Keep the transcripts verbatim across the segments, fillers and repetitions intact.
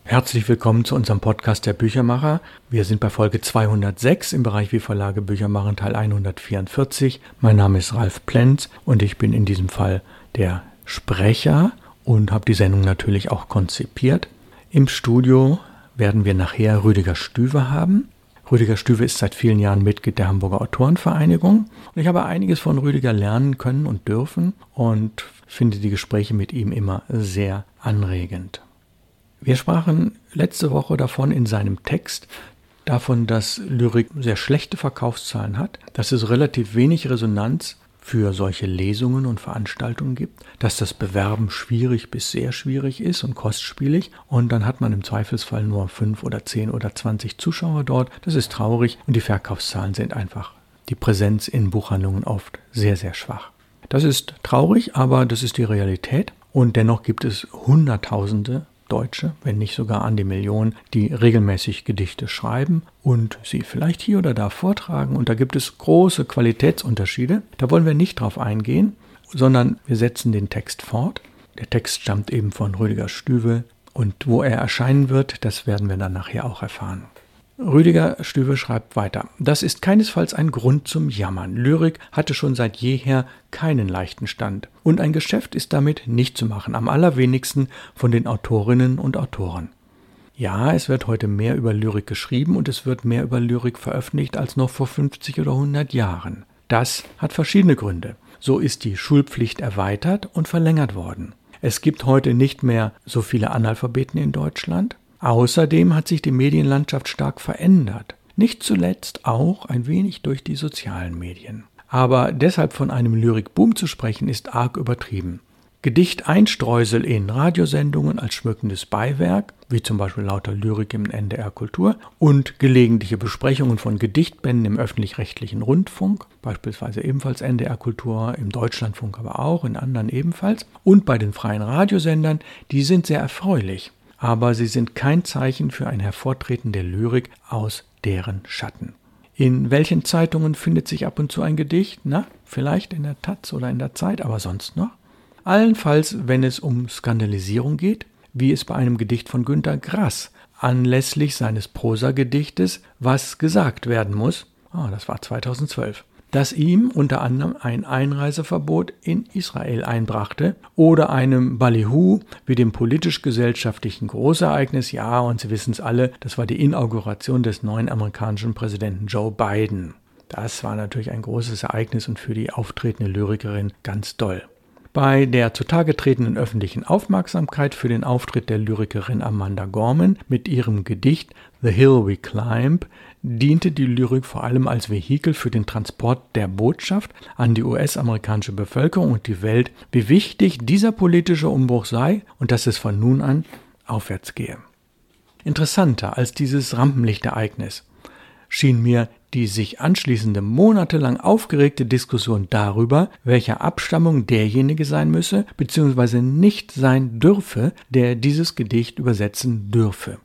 Herzlich willkommen zu unserem Podcast der Büchermacher. Wir sind bei Folge zweihundertsechs im Bereich Wie Verlage Bücher machen, Teil hundertvierundvierzig. Mein Name ist Ralf Plenz und ich bin in diesem Fall der Sprecher und habe die Sendung natürlich auch konzipiert. Im Studio werden wir nachher Rüdiger Stüwe haben. Rüdiger Stüwe ist seit vielen Jahren Mitglied der Hamburger Autorenvereinigung und ich habe einiges von Rüdiger lernen können und dürfen und finde die Gespräche mit ihm immer sehr anregend. Wir sprachen letzte Woche davon in seinem Text, davon, dass Lyrik sehr schlechte Verkaufszahlen hat, dass es relativ wenig Resonanz für solche Lesungen und Veranstaltungen gibt, dass das Bewerben schwierig bis sehr schwierig ist und kostspielig und dann hat man im Zweifelsfall nur fünf oder zehn oder zwanzig Zuschauer dort. Das ist traurig und die Verkaufszahlen sind einfach, die Präsenz in Buchhandlungen oft sehr, sehr schwach. Das ist traurig, aber das ist die Realität und dennoch gibt es Hunderttausende Deutsche, wenn nicht sogar an die Million, die regelmäßig Gedichte schreiben und sie vielleicht hier oder da vortragen. Und da gibt es große Qualitätsunterschiede. Da wollen wir nicht drauf eingehen, sondern wir setzen den Text fort. Der Text stammt eben von Rüdiger Stüwe und wo er erscheinen wird, das werden wir dann nachher auch erfahren. Rüdiger Stüwe schreibt weiter. Das ist keinesfalls ein Grund zum Jammern. Lyrik hatte schon seit jeher keinen leichten Stand. Und ein Geschäft ist damit nicht zu machen, am allerwenigsten von den Autorinnen und Autoren. Ja, es wird heute mehr über Lyrik geschrieben und es wird mehr über Lyrik veröffentlicht als noch vor fünfzig oder hundert Jahren. Das hat verschiedene Gründe. So ist die Schulpflicht erweitert und verlängert worden. Es gibt heute nicht mehr so viele Analphabeten in Deutschland. Außerdem hat sich die Medienlandschaft stark verändert, nicht zuletzt auch ein wenig durch die sozialen Medien. Aber deshalb von einem Lyrikboom zu sprechen, ist arg übertrieben. Gedichteinstreusel in Radiosendungen als schmückendes Beiwerk, wie zum Beispiel lauter Lyrik im N D R Kultur und gelegentliche Besprechungen von Gedichtbänden im öffentlich-rechtlichen Rundfunk, beispielsweise ebenfalls N D R Kultur, im Deutschlandfunk aber auch, in anderen ebenfalls, und bei den freien Radiosendern, die sind sehr erfreulich. Aber sie sind kein Zeichen für ein Hervortreten der Lyrik aus deren Schatten. In welchen Zeitungen findet sich ab und zu ein Gedicht? Na, vielleicht in der Taz oder in der Zeit, aber sonst noch? Allenfalls, wenn es um Skandalisierung geht, wie es bei einem Gedicht von Günter Grass anlässlich seines Prosagedichtes Was gesagt werden muss, ah, das war zweitausendzwölf, das ihm unter anderem ein Einreiseverbot in Israel einbrachte oder einem Ballyhoo wie dem politisch-gesellschaftlichen Großereignis, ja, und Sie wissen es alle, das war die Inauguration des neuen amerikanischen Präsidenten Joe Biden. Das war natürlich ein großes Ereignis und für die auftretende Lyrikerin ganz doll. Bei der zutage tretenden öffentlichen Aufmerksamkeit für den Auftritt der Lyrikerin Amanda Gorman mit ihrem Gedicht The Hill We Climb diente die Lyrik vor allem als Vehikel für den Transport der Botschaft an die U S-amerikanische Bevölkerung und die Welt, wie wichtig dieser politische Umbruch sei und dass es von nun an aufwärts gehe. Interessanter als dieses Rampenlichtereignis schien mir die sich anschließende monatelang aufgeregte Diskussion darüber, welcher Abstammung derjenige sein müsse bzw. nicht sein dürfe, der dieses Gedicht übersetzen dürfe.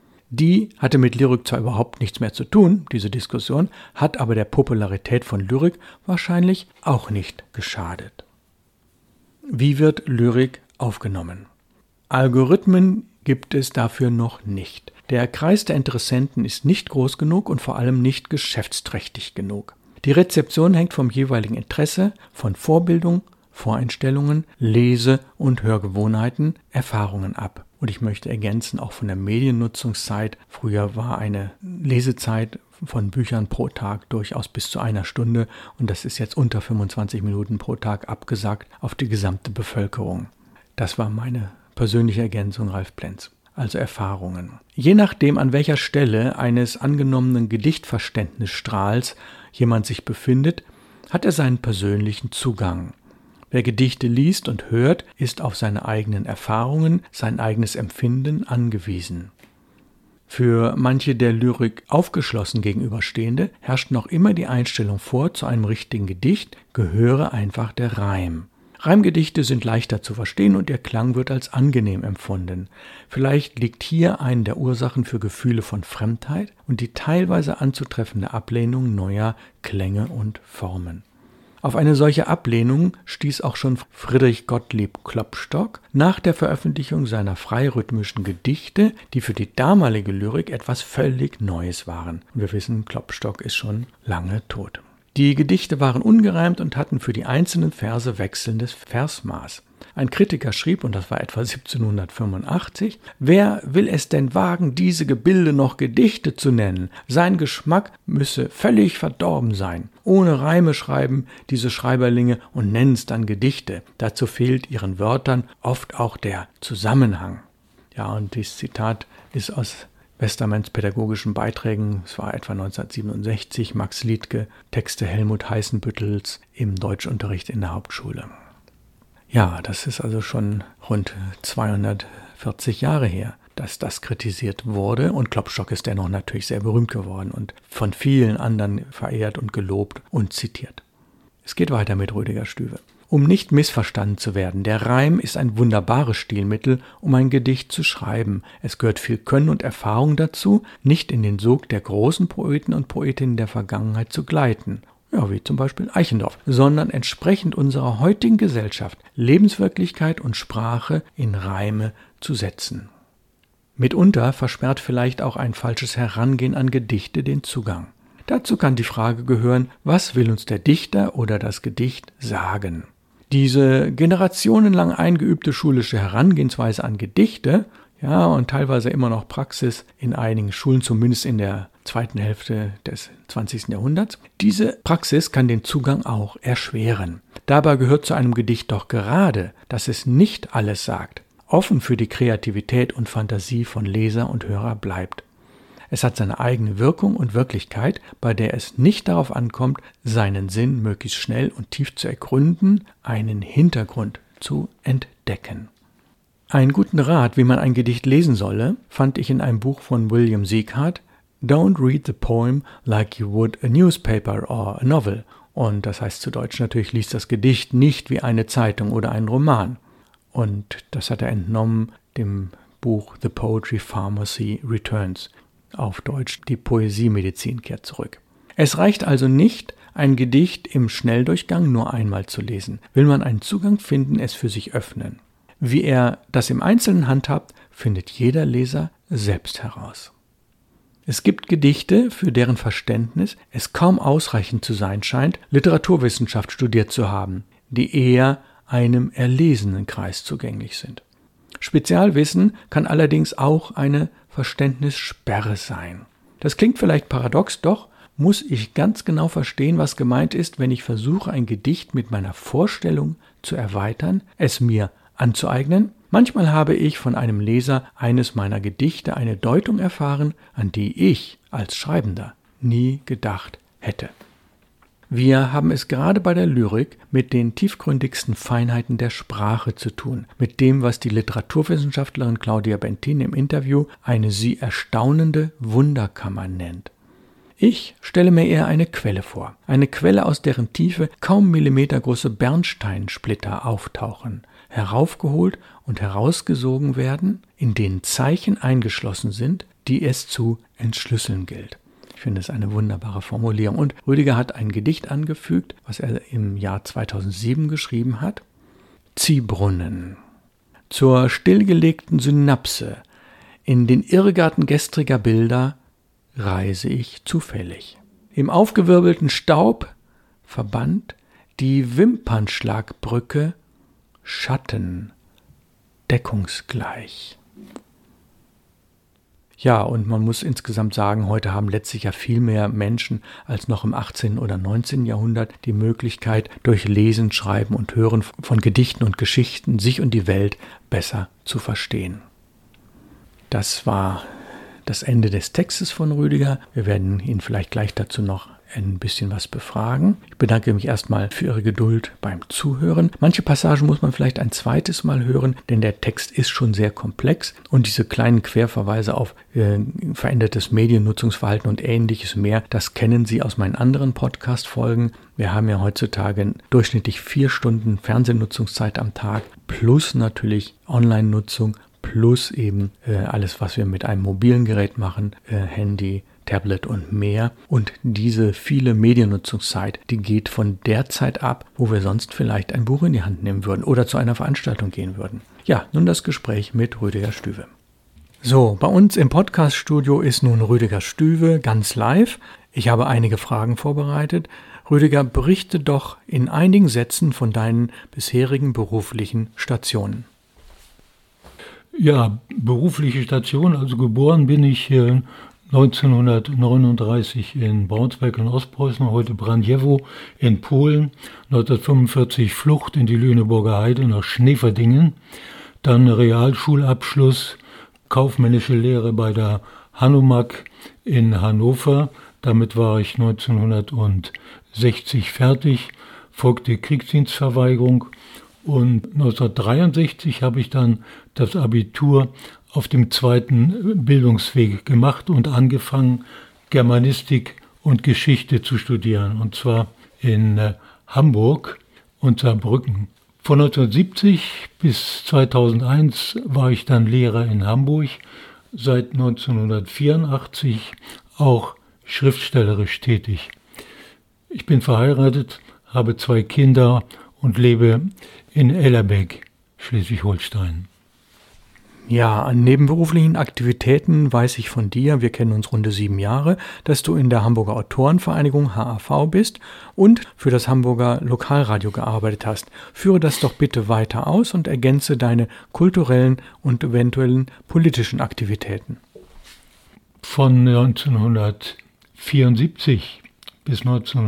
Die hatte mit Lyrik zwar überhaupt nichts mehr zu tun, diese Diskussion, hat aber der Popularität von Lyrik wahrscheinlich auch nicht geschadet. Wie wird Lyrik aufgenommen? Algorithmen gibt es dafür noch nicht. Der Kreis der Interessenten ist nicht groß genug und vor allem nicht geschäftsträchtig genug. Die Rezeption hängt vom jeweiligen Interesse, von Vorbildung, Voreinstellungen, Lese- und Hörgewohnheiten, Erfahrungen ab. Und ich möchte ergänzen, auch von der Mediennutzungszeit. Früher war eine Lesezeit von Büchern pro Tag durchaus bis zu einer Stunde und das ist jetzt unter fünfundzwanzig Minuten pro Tag abgesagt auf die gesamte Bevölkerung. Das war meine persönliche Ergänzung, Ralf Plenz. Also Erfahrungen. Je nachdem, an welcher Stelle eines angenommenen Gedichtverständnisstrahls jemand sich befindet, hat er seinen persönlichen Zugang. Wer Gedichte liest und hört, ist auf seine eigenen Erfahrungen, sein eigenes Empfinden angewiesen. Für manche der Lyrik aufgeschlossen gegenüberstehende herrscht noch immer die Einstellung vor, zu einem richtigen Gedicht gehöre einfach der Reim. Reimgedichte sind leichter zu verstehen und ihr Klang wird als angenehm empfunden. Vielleicht liegt hier eine der Ursachen für Gefühle von Fremdheit und die teilweise anzutreffende Ablehnung neuer Klänge und Formen. Auf eine solche Ablehnung stieß auch schon Friedrich Gottlieb Klopstock nach der Veröffentlichung seiner freirhythmischen Gedichte, die für die damalige Lyrik etwas völlig Neues waren. Und wir wissen, Klopstock ist schon lange tot. Die Gedichte waren ungereimt und hatten für die einzelnen Verse wechselndes Versmaß. Ein Kritiker schrieb, und das war etwa siebzehnhundertfünfundachtzig, wer will es denn wagen, diese Gebilde noch Gedichte zu nennen? Sein Geschmack müsse völlig verdorben sein. Ohne Reime schreiben diese Schreiberlinge und nennen's dann Gedichte. Dazu fehlt ihren Wörtern oft auch der Zusammenhang. Ja, und dieses Zitat ist aus Westermanns pädagogischen Beiträgen, es war etwa neunzehnhundertsiebenundsechzig, Max Liedtke, Texte Helmut Heißenbüttels im Deutschunterricht in der Hauptschule. Ja, das ist also schon rund zweihundertvierzig Jahre her, dass das kritisiert wurde, und Klopstock ist dennoch natürlich sehr berühmt geworden und von vielen anderen verehrt und gelobt und zitiert. Es geht weiter mit Rüdiger Stüwe. Um nicht missverstanden zu werden, der Reim ist ein wunderbares Stilmittel, um ein Gedicht zu schreiben. Es gehört viel Können und Erfahrung dazu, nicht in den Sog der großen Poeten und Poetinnen der Vergangenheit zu gleiten, ja, wie zum Beispiel Eichendorff, sondern entsprechend unserer heutigen Gesellschaft Lebenswirklichkeit und Sprache in Reime zu setzen. Mitunter versperrt vielleicht auch ein falsches Herangehen an Gedichte den Zugang. Dazu kann die Frage gehören, was will uns der Dichter oder das Gedicht sagen? Diese generationenlang eingeübte schulische Herangehensweise an Gedichte, ja, und teilweise immer noch Praxis in einigen Schulen, zumindest in der zweiten Hälfte des zwanzigsten Jahrhunderts, diese Praxis kann den Zugang auch erschweren. Dabei gehört zu einem Gedicht doch gerade, dass es nicht alles sagt, offen für die Kreativität und Fantasie von Leser und Hörer bleibt. Es hat seine eigene Wirkung und Wirklichkeit, bei der es nicht darauf ankommt, seinen Sinn möglichst schnell und tief zu ergründen, einen Hintergrund zu entdecken. Einen guten Rat, wie man ein Gedicht lesen solle, fand ich in einem Buch von William Sieghart, Don't read the poem like you would a newspaper or a novel. Und das heißt zu Deutsch natürlich, liest das Gedicht nicht wie eine Zeitung oder einen Roman. Und das hat er entnommen dem Buch The Poetry Pharmacy Returns. Auf Deutsch, die Poesiemedizin kehrt zurück. Es reicht also nicht, ein Gedicht im Schnelldurchgang nur einmal zu lesen. Will man einen Zugang finden, es für sich öffnen. Wie er das im Einzelnen handhabt, findet jeder Leser selbst heraus. Es gibt Gedichte, für deren Verständnis es kaum ausreichend zu sein scheint, Literaturwissenschaft studiert zu haben, die eher einem erlesenen Kreis zugänglich sind. Spezialwissen kann allerdings auch eine Verständnissperre sein. Das klingt vielleicht paradox, doch muss ich ganz genau verstehen, was gemeint ist, wenn ich versuche, ein Gedicht mit meiner Vorstellung zu erweitern, es mir anzueignen. Manchmal habe ich von einem Leser eines meiner Gedichte eine Deutung erfahren, an die ich als Schreibender nie gedacht hätte. Wir haben es gerade bei der Lyrik mit den tiefgründigsten Feinheiten der Sprache zu tun, mit dem, was die Literaturwissenschaftlerin Claudia Bentin im Interview eine sie erstaunende Wunderkammer nennt. Ich stelle mir eher eine Quelle vor, eine Quelle, aus deren Tiefe kaum millimetergroße Bernsteinsplitter auftauchen, heraufgeholt und herausgesogen werden, in denen Zeichen eingeschlossen sind, die es zu entschlüsseln gilt. Ich finde es eine wunderbare Formulierung. Und Rüdiger hat ein Gedicht angefügt, was er im Jahr zweitausendsieben geschrieben hat. Ziehbrunnen. Zur stillgelegten Synapse in den Irrgarten gestriger Bilder reise ich zufällig. Im aufgewirbelten Staub verbannt die Wimpernschlagbrücke Schatten deckungsgleich. Ja, und man muss insgesamt sagen, heute haben letztlich ja viel mehr Menschen als noch im achtzehnten oder neunzehnten Jahrhundert die Möglichkeit, durch Lesen, Schreiben und Hören von Gedichten und Geschichten sich und die Welt besser zu verstehen. Das war das Ende des Textes von Rüdiger. Wir werden ihn vielleicht gleich dazu noch ein bisschen was befragen. Ich bedanke mich erstmal für Ihre Geduld beim Zuhören. Manche Passagen muss man vielleicht ein zweites Mal hören, denn der Text ist schon sehr komplex und diese kleinen Querverweise auf äh, verändertes Mediennutzungsverhalten und ähnliches mehr, das kennen Sie aus meinen anderen Podcast-Folgen. Wir haben ja heutzutage durchschnittlich vier Stunden Fernsehnutzungszeit am Tag plus natürlich Online-Nutzung plus eben äh, alles, was wir mit einem mobilen Gerät machen, äh, Handy, Tablet und mehr. Und diese viele Mediennutzungszeit, die geht von der Zeit ab, wo wir sonst vielleicht ein Buch in die Hand nehmen würden oder zu einer Veranstaltung gehen würden. Ja, nun das Gespräch mit Rüdiger Stüwe. So, bei uns im Podcast-Studio ist nun Rüdiger Stüwe ganz live. Ich habe einige Fragen vorbereitet. Rüdiger, berichte doch in einigen Sätzen von deinen bisherigen beruflichen Stationen. Ja, berufliche Station, also geboren bin ich äh, neunzehnhundertneununddreißig in Braunschweig in Ostpreußen, heute Braniewo in Polen, neunzehnhundertfünfundvierzig Flucht in die Lüneburger Heide nach Schneverdingen, dann Realschulabschluss, kaufmännische Lehre bei der Hanomag in Hannover, damit war ich neunzehnhundertsechzig fertig, folgte Kriegsdienstverweigerung und neunzehnhundertdreiundsechzig habe ich dann das Abitur auf dem zweiten Bildungsweg gemacht und angefangen, Germanistik und Geschichte zu studieren, und zwar in äh, Hamburg und Saarbrücken. Von neunzehnhundertsiebzig bis zweitausendeins war ich dann Lehrer in Hamburg, seit neunzehnhundertvierundachtzig auch schriftstellerisch tätig. Ich bin verheiratet, habe zwei Kinder und lebe in Ellerbeck, Schleswig-Holstein. Ja, an nebenberuflichen Aktivitäten weiß ich von dir, wir kennen uns runde sieben Jahre, dass du in der Hamburger Autorenvereinigung H A V bist und für das Hamburger Lokalradio gearbeitet hast. Führe das doch bitte weiter aus und ergänze deine kulturellen und eventuellen politischen Aktivitäten. Von neunzehnhundertvierundsiebzig bis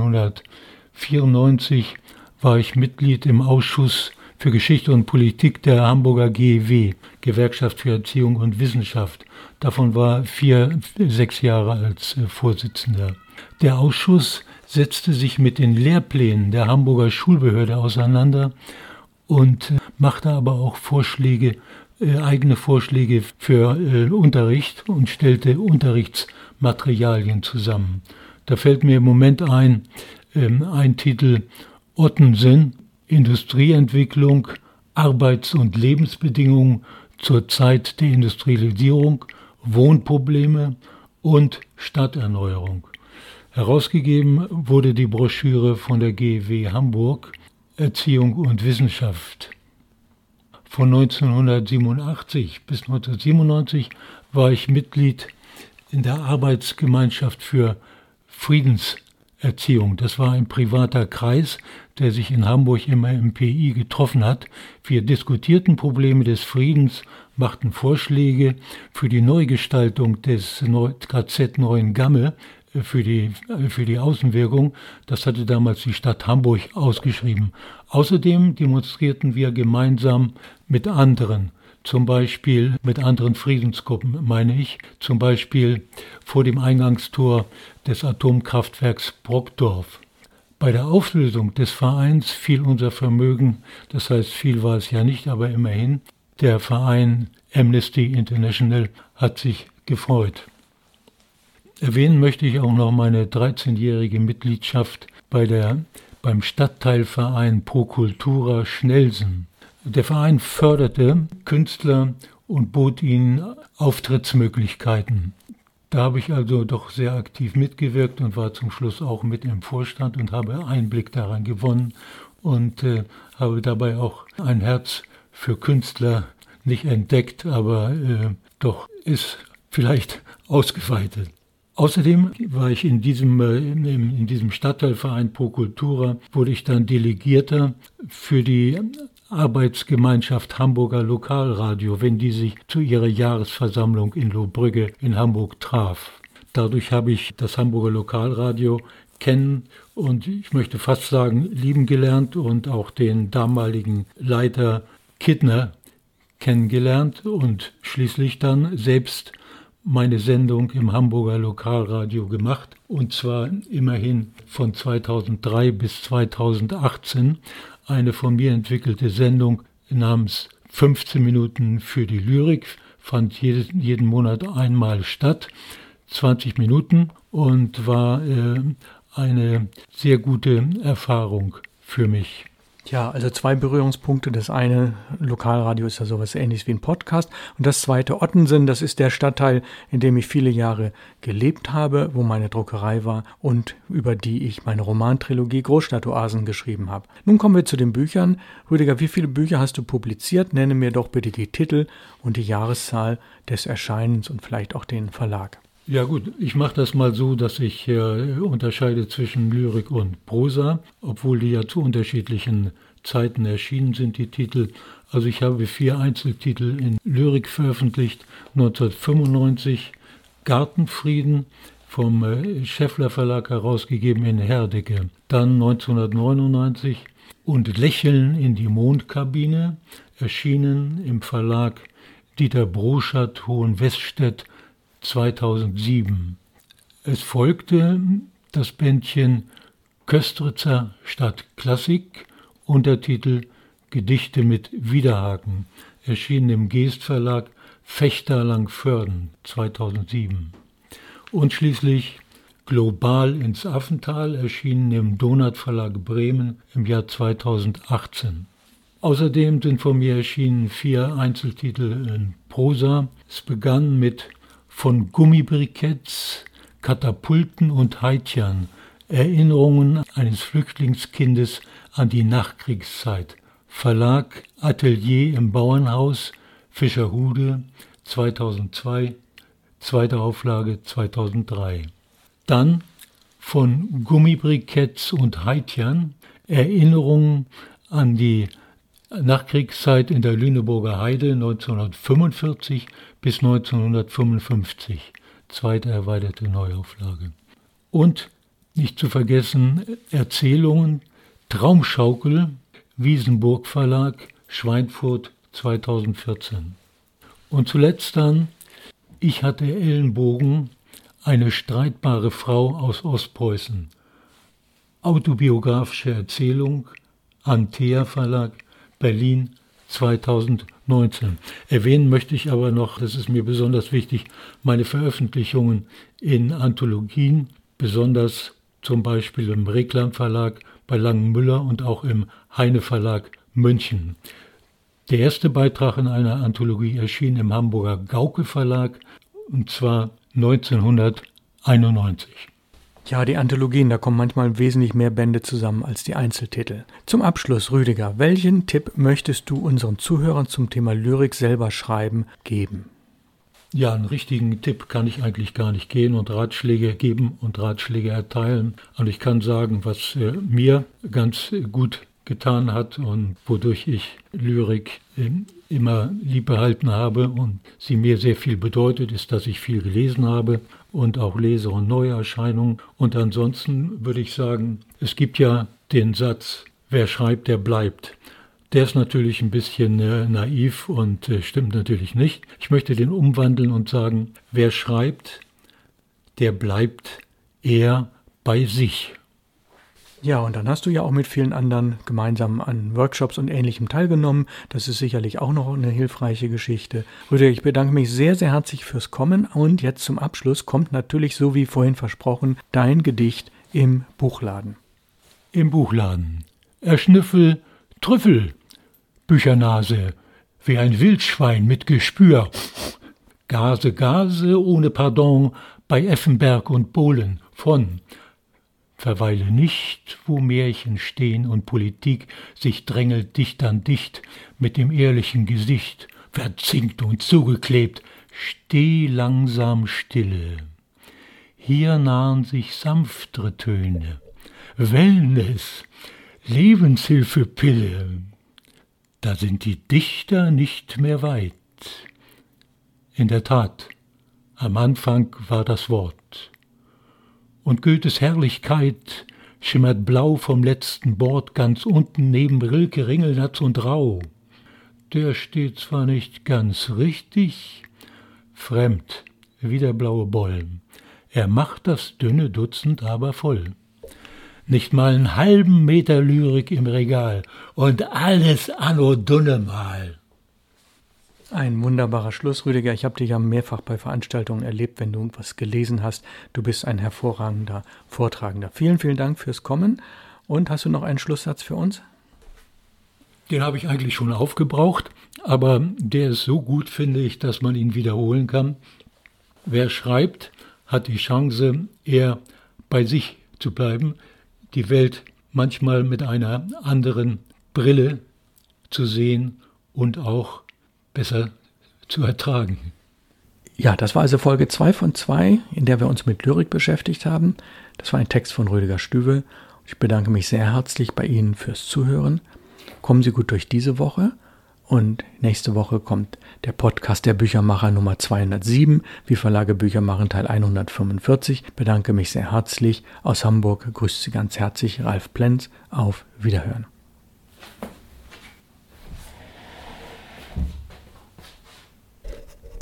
neunzehnhundertvierundneunzig war ich Mitglied im Ausschuss für Geschichte und Politik der Hamburger G E W, Gewerkschaft für Erziehung und Wissenschaft. Davon war vier, sechs Jahre als äh, Vorsitzender. Der Ausschuss setzte sich mit den Lehrplänen der Hamburger Schulbehörde auseinander und äh, machte aber auch Vorschläge, äh, eigene Vorschläge für äh, Unterricht und stellte Unterrichtsmaterialien zusammen. Da fällt mir im Moment ein, äh, ein Titel Ottensen, Industrieentwicklung, Arbeits- und Lebensbedingungen zur Zeit der Industrialisierung, Wohnprobleme und Stadterneuerung. Herausgegeben wurde die Broschüre von der G E W Hamburg, Erziehung und Wissenschaft. Von neunzehnhundertsiebenundachtzig bis neunzehnhundertsiebenundneunzig war ich Mitglied in der Arbeitsgemeinschaft für Friedenserziehung. Das war ein privater Kreis, der sich in Hamburg immer im P I getroffen hat. Wir diskutierten Probleme des Friedens, machten Vorschläge für die Neugestaltung des K Z Neuengamme, für die, für die Außenwirkung. Das hatte damals die Stadt Hamburg ausgeschrieben. Außerdem demonstrierten wir gemeinsam mit anderen, zum Beispiel mit anderen Friedensgruppen, meine ich, zum Beispiel vor dem Eingangstor des Atomkraftwerks Brockdorf. Bei der Auflösung des Vereins fiel unser Vermögen, das heißt viel war es ja nicht, aber immerhin, der Verein Amnesty International hat sich gefreut. Erwähnen möchte ich auch noch meine dreizehnjährige Mitgliedschaft bei der, beim Stadtteilverein Pro Cultura Schnelsen. Der Verein förderte Künstler und bot ihnen Auftrittsmöglichkeiten. Da habe ich also doch sehr aktiv mitgewirkt und war zum Schluss auch mit im Vorstand und habe Einblick daran gewonnen und äh, habe dabei auch ein Herz für Künstler nicht entdeckt, aber äh, doch ist vielleicht ausgeweitet. Außerdem war ich in diesem, äh, in, in diesem Stadtteilverein Pro Cultura, wurde ich dann Delegierter für die Arbeitsgemeinschaft Hamburger Lokalradio, wenn die sich zu ihrer Jahresversammlung in Lohbrügge in Hamburg traf. Dadurch habe ich das Hamburger Lokalradio kennen und ich möchte fast sagen lieben gelernt und auch den damaligen Leiter Kittner kennengelernt und schließlich dann selbst meine Sendung im Hamburger Lokalradio gemacht, und zwar immerhin von zweitausenddrei bis zweitausendachtzehn eine von mir entwickelte Sendung namens fünfzehn Minuten für die Lyrik, fand jedes, jeden Monat einmal statt, zwanzig Minuten, und war äh, eine sehr gute Erfahrung für mich. Ja, also zwei Berührungspunkte. Das eine, Lokalradio ist ja sowas Ähnliches wie ein Podcast. Und das zweite, Ottensen, das ist der Stadtteil, in dem ich viele Jahre gelebt habe, wo meine Druckerei war und über die ich meine Romantrilogie Großstadtoasen geschrieben habe. Nun kommen wir zu den Büchern. Rüdiger, wie viele Bücher hast du publiziert? Nenne mir doch bitte die Titel und die Jahreszahl des Erscheinens und vielleicht auch den Verlag. Ja gut, ich mache das mal so, dass ich äh, unterscheide zwischen Lyrik und Prosa, obwohl die ja zu unterschiedlichen Zeiten erschienen sind, die Titel. Also ich habe vier Einzeltitel in Lyrik veröffentlicht, neunzehnhundertfünfundneunzig Gartenfrieden vom äh, Scheffler Verlag herausgegeben in Herdecke. Dann neunzehnhundertneunundneunzig Und Lächeln in die Mondkabine, erschienen im Verlag Dieter Broschat Hohenweststedt zweitausendsieben. Es folgte das Bändchen Köstritzer statt Klassik, Untertitel Gedichte mit Widerhaken, erschienen im Geest Verlag Fechter-Langförden zweitausendsieben. Und schließlich Global ins Affental, erschienen im Donat Verlag Bremen im Jahr zweitausendachtzehn. Außerdem sind von mir erschienen vier Einzeltitel in Prosa. Es begann mit Von Gummibriketts, Katapulten und Haitjern, Erinnerungen eines Flüchtlingskindes an die Nachkriegszeit. Verlag Atelier im Bauernhaus, Fischerhude, zweitausendzwei, zweite Auflage zweitausenddrei. Dann Von Gummibriketts und Haitjern, Erinnerungen an die Nachkriegszeit in der Lüneburger Heide neunzehnhundertfünfundvierzig bis neunzehnhundertfünfundfünfzig, zweite erweiterte Neuauflage. Und nicht zu vergessen Erzählungen, Traumschaukel, Wiesenburg Verlag, Schweinfurt zweitausendvierzehn. Und zuletzt dann Ich hatte Ellenbogen, eine streitbare Frau aus Ostpreußen. Autobiografische Erzählung, Antea Verlag, Berlin zweitausendneunzehn. Erwähnen möchte ich aber noch, das ist mir besonders wichtig, meine Veröffentlichungen in Anthologien, besonders zum Beispiel im Reklam Verlag bei Langenmüller und auch im Heine Verlag München. Der erste Beitrag in einer Anthologie erschien im Hamburger Gauke Verlag und zwar neunzehnhunderteinundneunzig. Ja, die Anthologien, da kommen manchmal wesentlich mehr Bände zusammen als die Einzeltitel. Zum Abschluss, Rüdiger, welchen Tipp möchtest du unseren Zuhörern zum Thema Lyrik selber schreiben geben? Ja, einen richtigen Tipp kann ich eigentlich gar nicht gehen und Ratschläge geben und Ratschläge erteilen. Und ich kann sagen, was äh, mir ganz gut getan hat und wodurch ich Lyrik äh, immer lieb behalten habe und sie mir sehr viel bedeutet, ist, dass ich viel gelesen habe und auch lese und neue Erscheinungen. Und ansonsten würde ich sagen, es gibt ja den Satz, wer schreibt, der bleibt. Der ist natürlich ein bisschen äh, naiv und äh, stimmt natürlich nicht. Ich möchte den umwandeln und sagen, wer schreibt, der bleibt eher bei sich. Ja, und dann hast du ja auch mit vielen anderen gemeinsam an Workshops und Ähnlichem teilgenommen. Das ist sicherlich auch noch eine hilfreiche Geschichte. Rüdiger, ich bedanke mich sehr, sehr herzlich fürs Kommen. Und jetzt zum Abschluss kommt natürlich, so wie vorhin versprochen, dein Gedicht im Buchladen. Im Buchladen. Erschnüffel, Trüffel, Büchernase, wie ein Wildschwein mit Gespür. Gase, Gase, ohne Pardon, bei Effenberg und Bohlen von. Verweile nicht, wo Märchen stehen und Politik sich drängelt dicht an dicht mit dem ehrlichen Gesicht, verzinkt und zugeklebt, steh langsam stille. Hier nahen sich sanftere Töne, Wellness, Lebenshilfepille. Da sind die Dichter nicht mehr weit. In der Tat, am Anfang war das Wort. Und Goethes Herrlichkeit schimmert blau vom letzten Bord ganz unten neben Rilke, Ringelnatz und Rau. Der steht zwar nicht ganz richtig, fremd wie der blaue Bollen. Er macht das dünne Dutzend aber voll. Nicht mal einen halben Meter Lyrik im Regal und alles anno Dunnemal. Ein wunderbarer Schluss, Rüdiger. Ich habe dich ja mehrfach bei Veranstaltungen erlebt, wenn du irgendwas gelesen hast. Du bist ein hervorragender Vortragender. Vielen, vielen Dank fürs Kommen. Und hast du noch einen Schlusssatz für uns? Den habe ich eigentlich schon aufgebraucht, aber der ist so gut, finde ich, dass man ihn wiederholen kann. Wer schreibt, hat die Chance, eher bei sich zu bleiben, die Welt manchmal mit einer anderen Brille zu sehen und auch besser zu ertragen. Ja, das war also Folge zwei von zwei, in der wir uns mit Lyrik beschäftigt haben. Das war ein Text von Rüdiger Stüwe. Ich bedanke mich sehr herzlich bei Ihnen fürs Zuhören. Kommen Sie gut durch diese Woche und nächste Woche kommt der Podcast der Büchermacher Nummer zweihundertsieben, wie Verlage Bücher machen, Teil hundertfünfundvierzig. Ich bedanke mich sehr herzlich. Aus Hamburg grüßt Sie ganz herzlich Ralf Plenz. Auf Wiederhören.